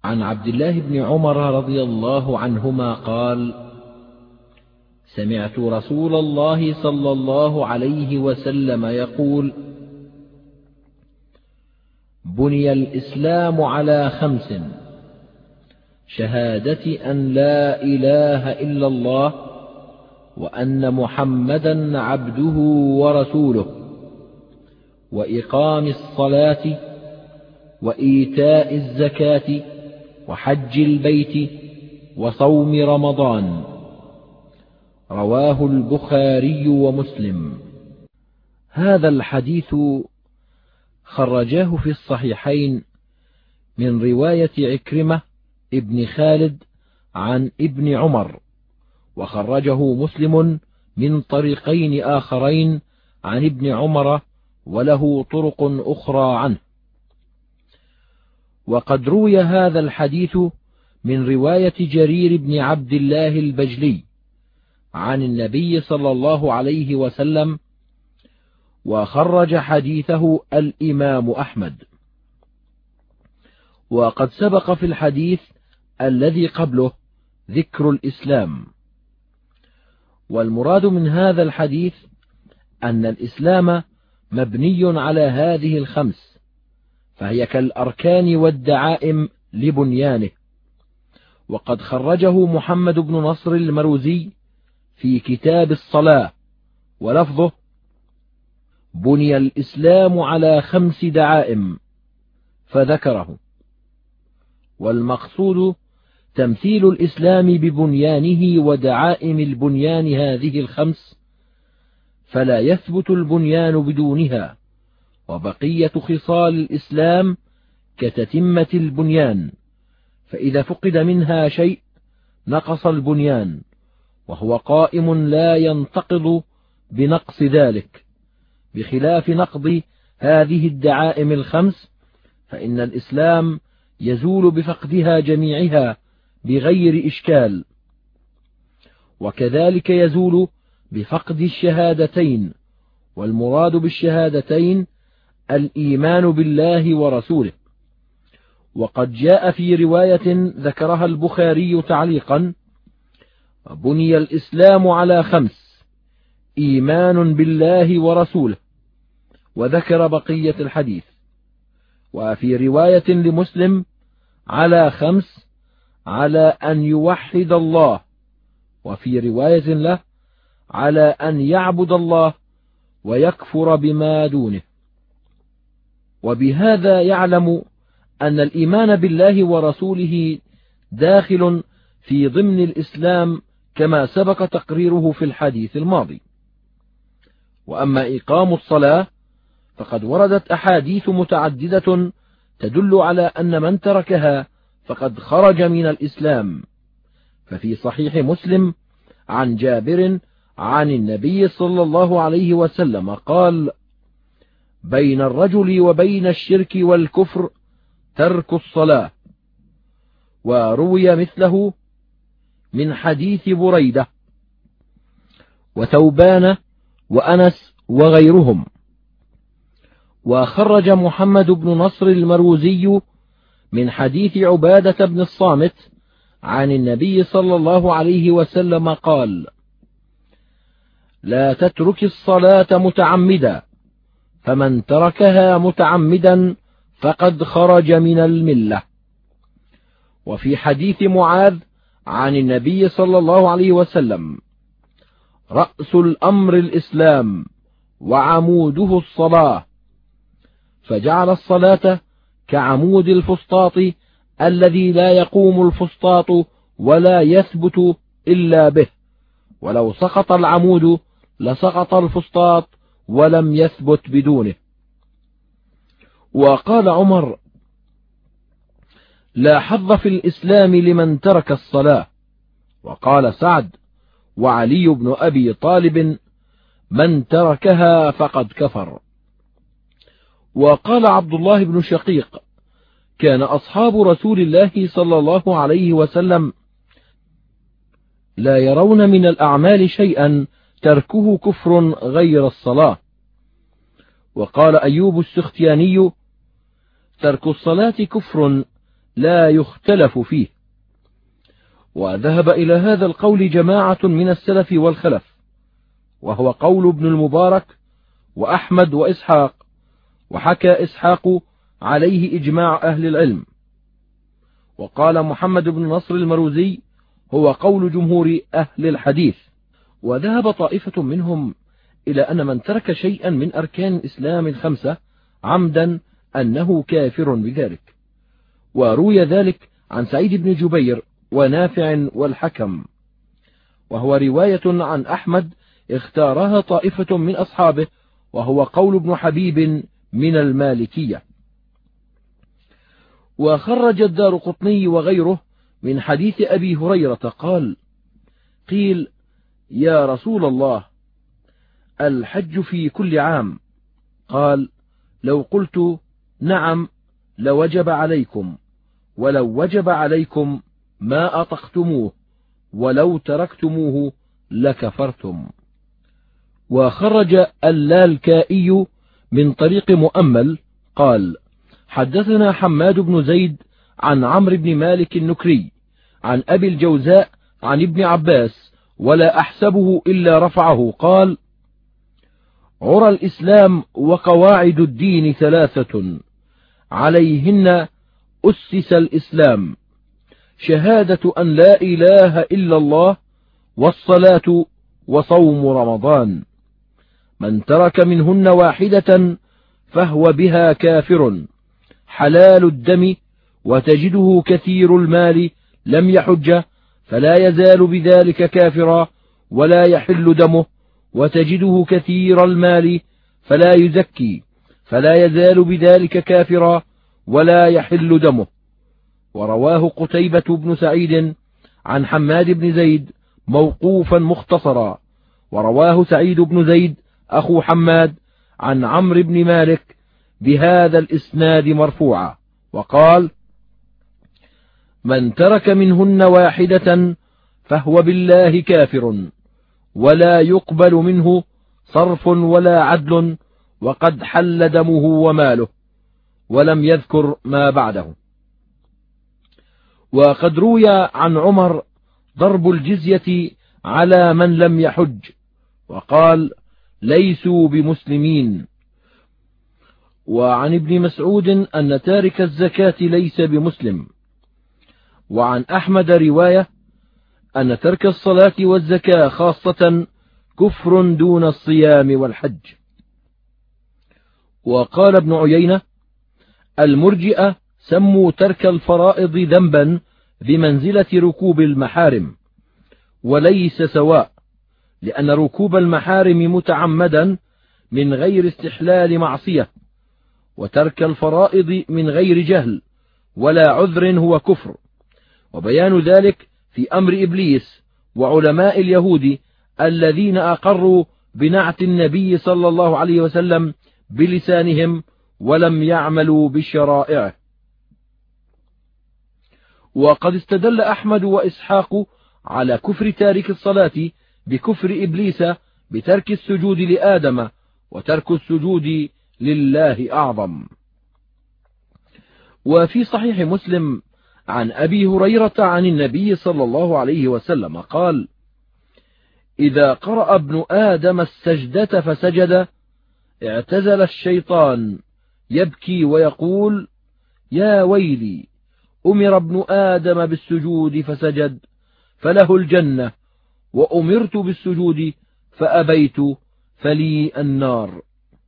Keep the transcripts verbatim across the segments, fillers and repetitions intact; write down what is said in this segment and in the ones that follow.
عن عبد الله بن عمر رضي الله عنهما قال: سمعت رسول الله صلى الله عليه وسلم يقول: بني الإسلام على خمس: شهادة أن لا إله إلا الله وأن محمدا عبده ورسوله، وإقام الصلاة، وإيتاء الزكاة، وحج البيت، وصوم رمضان. رواه البخاري ومسلم. هذا الحديث خرجاه في الصحيحين من رواية عكرمة ابن خالد عن ابن عمر، وخرجه مسلم من طريقين آخرين عن ابن عمر، وله طرق أخرى عنه. وقد روي هذا الحديث من رواية جرير بن عبد الله البجلي عن النبي صلى الله عليه وسلم، وخرج حديثه الإمام أحمد. وقد سبق في الحديث الذي قبله ذكر الإسلام، والمراد من هذا الحديث أن الإسلام مبني على هذه الخمس، فهي كالأركان والدعائم لبنيانه. وقد خرجه محمد بن نصر المروزي في كتاب الصلاة، ولفظه: بني الإسلام على خمس دعائم، فذكره. والمقصود تمثيل الإسلام ببنيانه ودعائم البنيان هذه الخمس، فلا يثبت البنيان بدونها، وبقية خصال الإسلام كتتمة البنيان، فإذا فقد منها شيء نقص البنيان، وهو قائم لا ينتقض بنقص ذلك، بخلاف نقض هذه الدعائم الخمس، فإن الإسلام يزول بفقدها جميعها بغير إشكال. وكذلك يزول بفقد الشهادتين، والمراد بالشهادتين الإيمان بالله ورسوله. وقد جاء في رواية ذكرها البخاري تعليقا: بني الإسلام على خمس: إيمان بالله ورسوله، وذكر بقية الحديث. وفي رواية لمسلم: على خمس: على أن يوحد الله، وفي رواية له: على أن يعبد الله ويكفر بما دونه. وبهذا يعلم أن الإيمان بالله ورسوله داخل في ضمن الإسلام، كما سبق تقريره في الحديث الماضي. وأما إقام الصلاة فقد وردت أحاديث متعددة تدل على أن من تركها فقد خرج من الإسلام. ففي صحيح مسلم عن جابر عن النبي صلى الله عليه وسلم قال: بين الرجل وبين الشرك والكفر ترك الصلاة. وروي مثله من حديث بريدة وثوبان وأنس وغيرهم. وخرج محمد بن نصر المروزي من حديث عبادة بن الصامت عن النبي صلى الله عليه وسلم قال: لا تترك الصلاة متعمدا، فمن تركها متعمدا فقد خرج من الملة. وفي حديث معاذ عن النبي صلى الله عليه وسلم: رأس الأمر الإسلام وعموده الصلاة، فجعل الصلاة كعمود الفسطاط الذي لا يقوم الفسطاط ولا يثبت إلا به، ولو سقط العمود لسقط الفسطاط ولم يثبت بدونه. وقال عمر: لا حظ في الإسلام لمن ترك الصلاة. وقال سعد وعلي بن أبي طالب: من تركها فقد كفر. وقال عبد الله بن شقيق: كان أصحاب رسول الله صلى الله عليه وسلم لا يرون من الأعمال شيئا تركه كفر غير الصلاة. وقال أيوب السختياني: ترك الصلاة كفر لا يختلف فيه. وذهب إلى هذا القول جماعة من السلف والخلف، وهو قول ابن المبارك وأحمد وإسحاق، وحكى إسحاق عليه إجماع أهل العلم. وقال محمد بن نصر المروزي هو قول جمهور أهل الحديث. وذهب طائفة منهم إلى أن من ترك شيئا من أركان الإسلام الخمسة عمدا أنه كافر بذلك، وروي ذلك عن سعيد بن جبير ونافع والحكم، وهو رواية عن أحمد اختارها طائفة من أصحابه، وهو قول ابن حبيب من المالكية. وخرج الدارقطني وغيره من حديث أبي هريرة قال: قيل: يا رسول الله، الحج في كل عام؟ قال: لو قلت نعم لوجب عليكم، ولو وجب عليكم ما أطقتموه، ولو تركتموه لكفرتم. وخرج اللالكائي من طريق مؤمل قال: حدثنا حماد بن زيد عن عمرو بن مالك النكري عن أبي الجوزاء عن ابن عباس، ولا أحسبه إلا رفعه، قال: عرى الإسلام وقواعد الدين ثلاثة عليهن أسس الإسلام: شهادة أن لا إله إلا الله، والصلاة، وصوم رمضان. من ترك منهن واحدة فهو بها كافر، حلال الدم، وتجده كثير المال لم يحج فلا يزال بذلك كافرا، ولا يحل دمه، وتجده كثير المال فلا يزكي فلا يزال بذلك كافرا، ولا يحل دمه. ورواه قتيبة بن سعيد عن حماد بن زيد موقوفا مختصرا، ورواه سعيد بن زيد أخو حماد عن عمرو بن مالك بهذا الإسناد مرفوعا، وقال: من ترك منهن واحدة فهو بالله كافر، ولا يقبل منه صرف ولا عدل، وقد حل دمه وماله. ولم يذكر ما بعده. وقد روي عن عمر ضرب الجزية على من لم يحج، وقال: ليسوا بمسلمين. وعن ابن مسعود أن تارك الزكاة ليس بمسلم. وعن أحمد رواية أن ترك الصلاة والزكاة خاصة كفر دون الصيام والحج. وقال ابن عيينة: المرجئة سموا ترك الفرائض ذنبا بمنزلة ركوب المحارم، وليس سواء، لأن ركوب المحارم متعمدا من غير استحلال معصية، وترك الفرائض من غير جهل ولا عذر هو كفر. وبيان ذلك في أمر إبليس وعلماء اليهود الذين أقروا بنعت النبي صلى الله عليه وسلم بلسانهم ولم يعملوا بشرائعه. وقد استدل أحمد وإسحاق على كفر تارك الصلاة بكفر إبليس بترك السجود لآدم، وترك السجود لله أعظم. وفي صحيح مسلم عن أبي هريرة عن النبي صلى الله عليه وسلم قال: إذا قرأ ابن آدم السجدة فسجد اعتزل الشيطان يبكي ويقول: يا ويلي، أمر ابن آدم بالسجود فسجد فله الجنة، وأمرت بالسجود فأبيت فلي النار.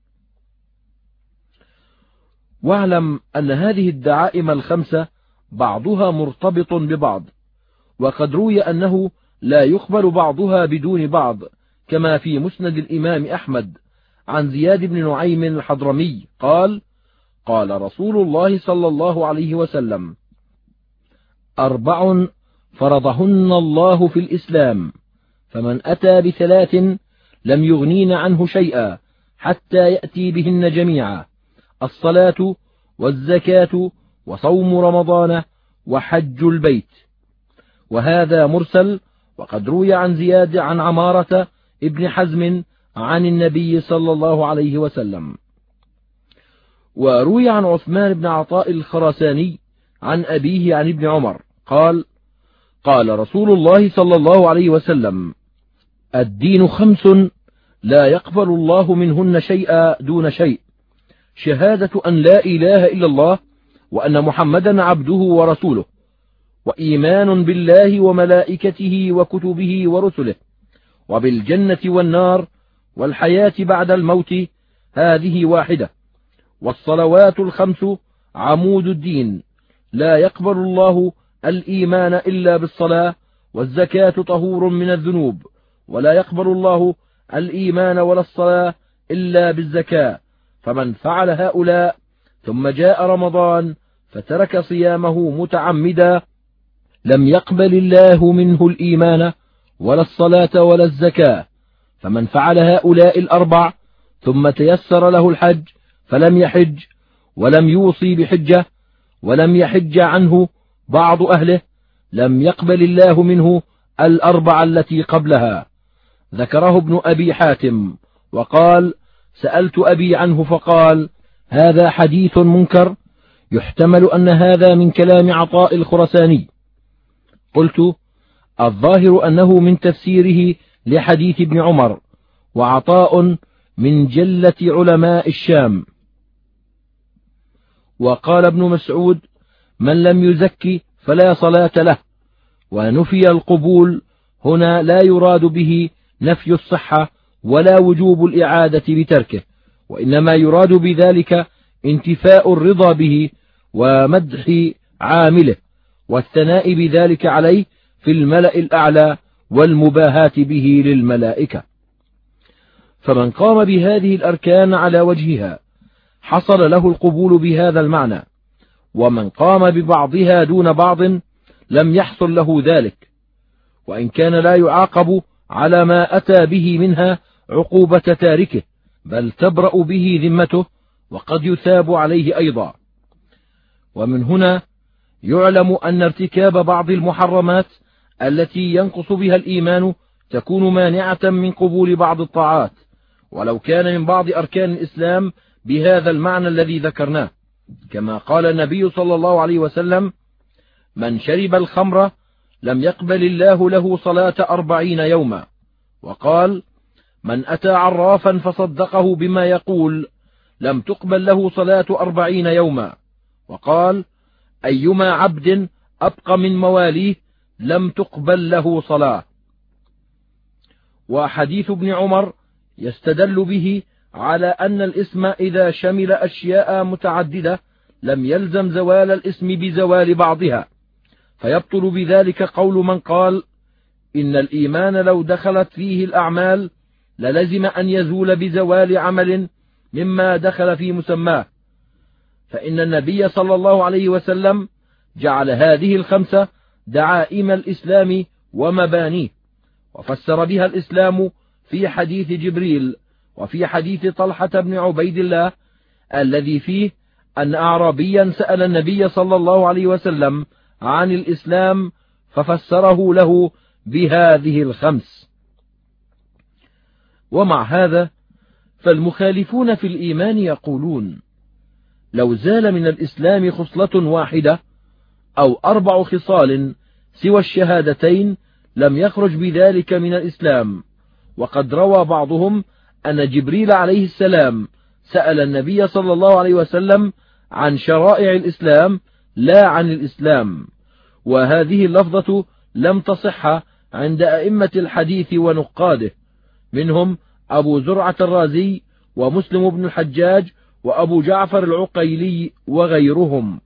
واعلم أن هذه الدعائم الخمسة بعضها مرتبط ببعض، وقد روي أنه لا يقبل بعضها بدون بعض، كما في مسند الإمام أحمد عن زياد بن نعيم الحضرمي قال: قال رسول الله صلى الله عليه وسلم: أربع فرضهن الله في الإسلام، فمن أتى بثلاث لم يغنين عنه شيئا حتى يأتي بهن جميعا: الصلاة، والزكاة، وصوم رمضان، وحج البيت. وهذا مرسل، وقد روي عن زياد عن عمارة ابن حزم عن النبي صلى الله عليه وسلم. وروي عن عثمان بن عطاء الخراساني عن أبيه عن ابن عمر قال: قال رسول الله صلى الله عليه وسلم: الدين خمس لا يقبل الله منهن شيئا دون شيء: شهادة أن لا إله إلا الله وأن محمدا عبده ورسوله، وإيمان بالله وملائكته وكتبه ورسله، وبالجنة والنار، والحياة بعد الموت، هذه واحدة. والصلوات الخمس عمود الدين، لا يقبل الله الإيمان إلا بالصلاة، والزكاة طهور من الذنوب، ولا يقبل الله الإيمان ولا الصلاة إلا بالزكاة. فمن فعل هؤلاء ثم جاء رمضان فترك صيامه متعمدا لم يقبل الله منه الإيمان ولا الصلاة ولا الزكاة. فمن فعل هؤلاء الأربع ثم تيسر له الحج فلم يحج ولم يوصي بحجة ولم يحج عنه بعض أهله لم يقبل الله منه الأربع التي قبلها. ذكره ابن أبي حاتم وقال: سألت أبي عنه فقال: هذا حديث منكر، يحتمل أن هذا من كلام عطاء الخرساني. قلت: الظاهر أنه من تفسيره لحديث ابن عمر، وعطاء من جلة علماء الشام. وقال ابن مسعود: من لم يزكي فلا صلاة له. ونفي القبول هنا لا يراد به نفي الصحة ولا وجوب الإعادة بتركه، وإنما يراد بذلك انتفاء الرضا به ومدح عامله والثناء بذلك عليه في الملأ الأعلى والمباهاة به للملائكة. فمن قام بهذه الأركان على وجهها حصل له القبول بهذا المعنى، ومن قام ببعضها دون بعض لم يحصل له ذلك، وإن كان لا يعاقب على ما أتى به منها عقوبة تاركه، بل تبرأ به ذمته وقد يثاب عليه أيضا. ومن هنا يعلم أن ارتكاب بعض المحرمات التي ينقص بها الإيمان تكون مانعة من قبول بعض الطاعات، ولو كان من بعض أركان الإسلام بهذا المعنى الذي ذكرناه، كما قال النبي صلى الله عليه وسلم: من شرب الخمر لم يقبل الله له صلاة أربعين يوما. وقال: من أتى عرافا فصدقه بما يقول لم تقبل له صلاة أربعين يوما. وقال: أيما عبد أبقى من مواليه لم تقبل له صلاة. وحديث ابن عمر يستدل به على أن الاسم إذا شمل أشياء متعددة لم يلزم زوال الاسم بزوال بعضها، فيبطل بذلك قول من قال إن الإيمان لو دخلت فيه الأعمال للزم أن يزول بزوال عمل مما دخل في مسماه، فإن النبي صلى الله عليه وسلم جعل هذه الخمسة دعائم الإسلام ومبانيه، وفسر بها الإسلام في حديث جبريل وفي حديث طلحة بن عبيد الله الذي فيه أن أعرابيا سأل النبي صلى الله عليه وسلم عن الإسلام ففسره له بهذه الخمس. ومع هذا فالمخالفون في الإيمان يقولون: لو زال من الإسلام خصلة واحدة أو أربع خصال سوى الشهادتين لم يخرج بذلك من الإسلام. وقد روى بعضهم أن جبريل عليه السلام سأل النبي صلى الله عليه وسلم عن شرائع الإسلام لا عن الإسلام، وهذه اللفظة لم تصح عند أئمة الحديث ونقاده، منهم أبو زرعة الرازي ومسلم بن الحجاج وأبو جعفر العقيلي وغيرهم.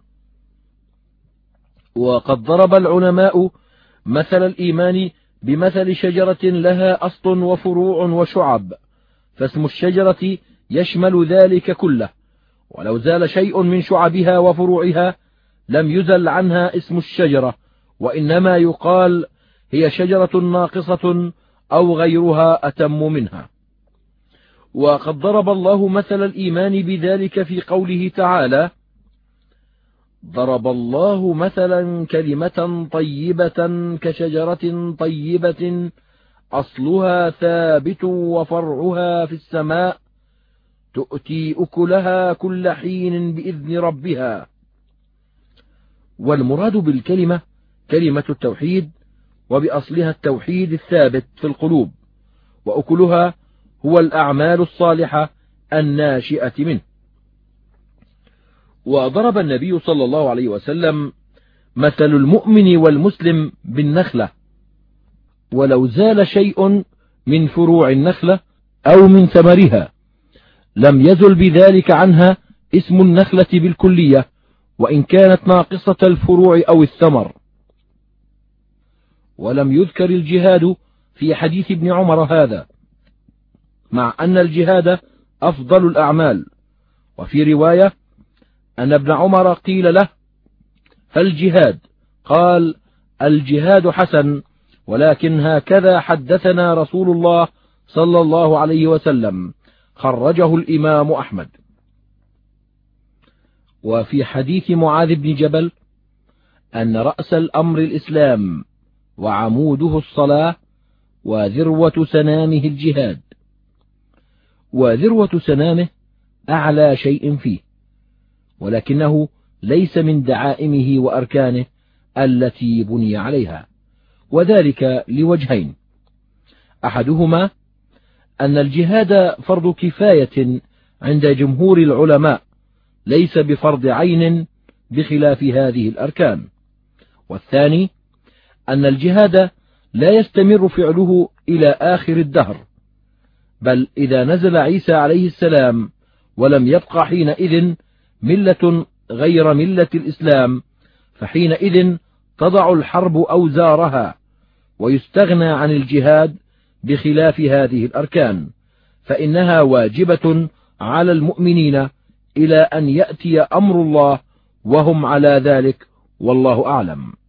وقد ضرب العلماء مثل الإيمان بمثل شجرة لها أصل وفروع وشعب، فاسم الشجرة يشمل ذلك كله، ولو زال شيء من شعبها وفروعها لم يزل عنها اسم الشجرة، وإنما يقال هي شجرة ناقصة أو غيرها أتم منها. وقد ضرب الله مثل الإيمان بذلك في قوله تعالى: ضرب الله مثلا كلمة طيبة كشجرة طيبة أصلها ثابت وفرعها في السماء تؤتي أكلها كل حين بإذن ربها. والمراد بالكلمة كلمة التوحيد، وبأصلها التوحيد الثابت في القلوب، وأكلها هو الأعمال الصالحة الناشئة منه. وضرب النبي صلى الله عليه وسلم مثل المؤمن والمسلم بالنخلة، ولو زال شيء من فروع النخلة أو من ثمرها لم يزل بذلك عنها اسم النخلة بالكلية، وإن كانت ناقصة الفروع أو الثمر. ولم يذكر الجهاد في حديث ابن عمر هذا، مع أن الجهاد أفضل الأعمال. وفي رواية أن ابن عمر قيل له: فالجهاد؟ قال: الجهاد حسن، ولكن هكذا حدثنا رسول الله صلى الله عليه وسلم. خرجه الإمام أحمد. وفي حديث معاذ بن جبل أن رأس الأمر الإسلام، وعموده الصلاة، وذروة سنامه الجهاد. وذروة سنامه أعلى شيء فيه، ولكنه ليس من دعائمه وأركانه التي بني عليها، وذلك لوجهين: أحدهما أن الجهاد فرض كفاية عند جمهور العلماء، ليس بفرض عين بخلاف هذه الأركان. والثاني أن الجهاد لا يستمر فعله إلى آخر الدهر، بل إذا نزل عيسى عليه السلام ولم يبق حينئذ ملة غير ملة الإسلام، فحينئذ تضع الحرب أوزارها ويستغنى عن الجهاد بخلاف هذه الأركان، فإنها واجبة على المؤمنين إلى أن يأتي أمر الله وهم على ذلك، والله أعلم.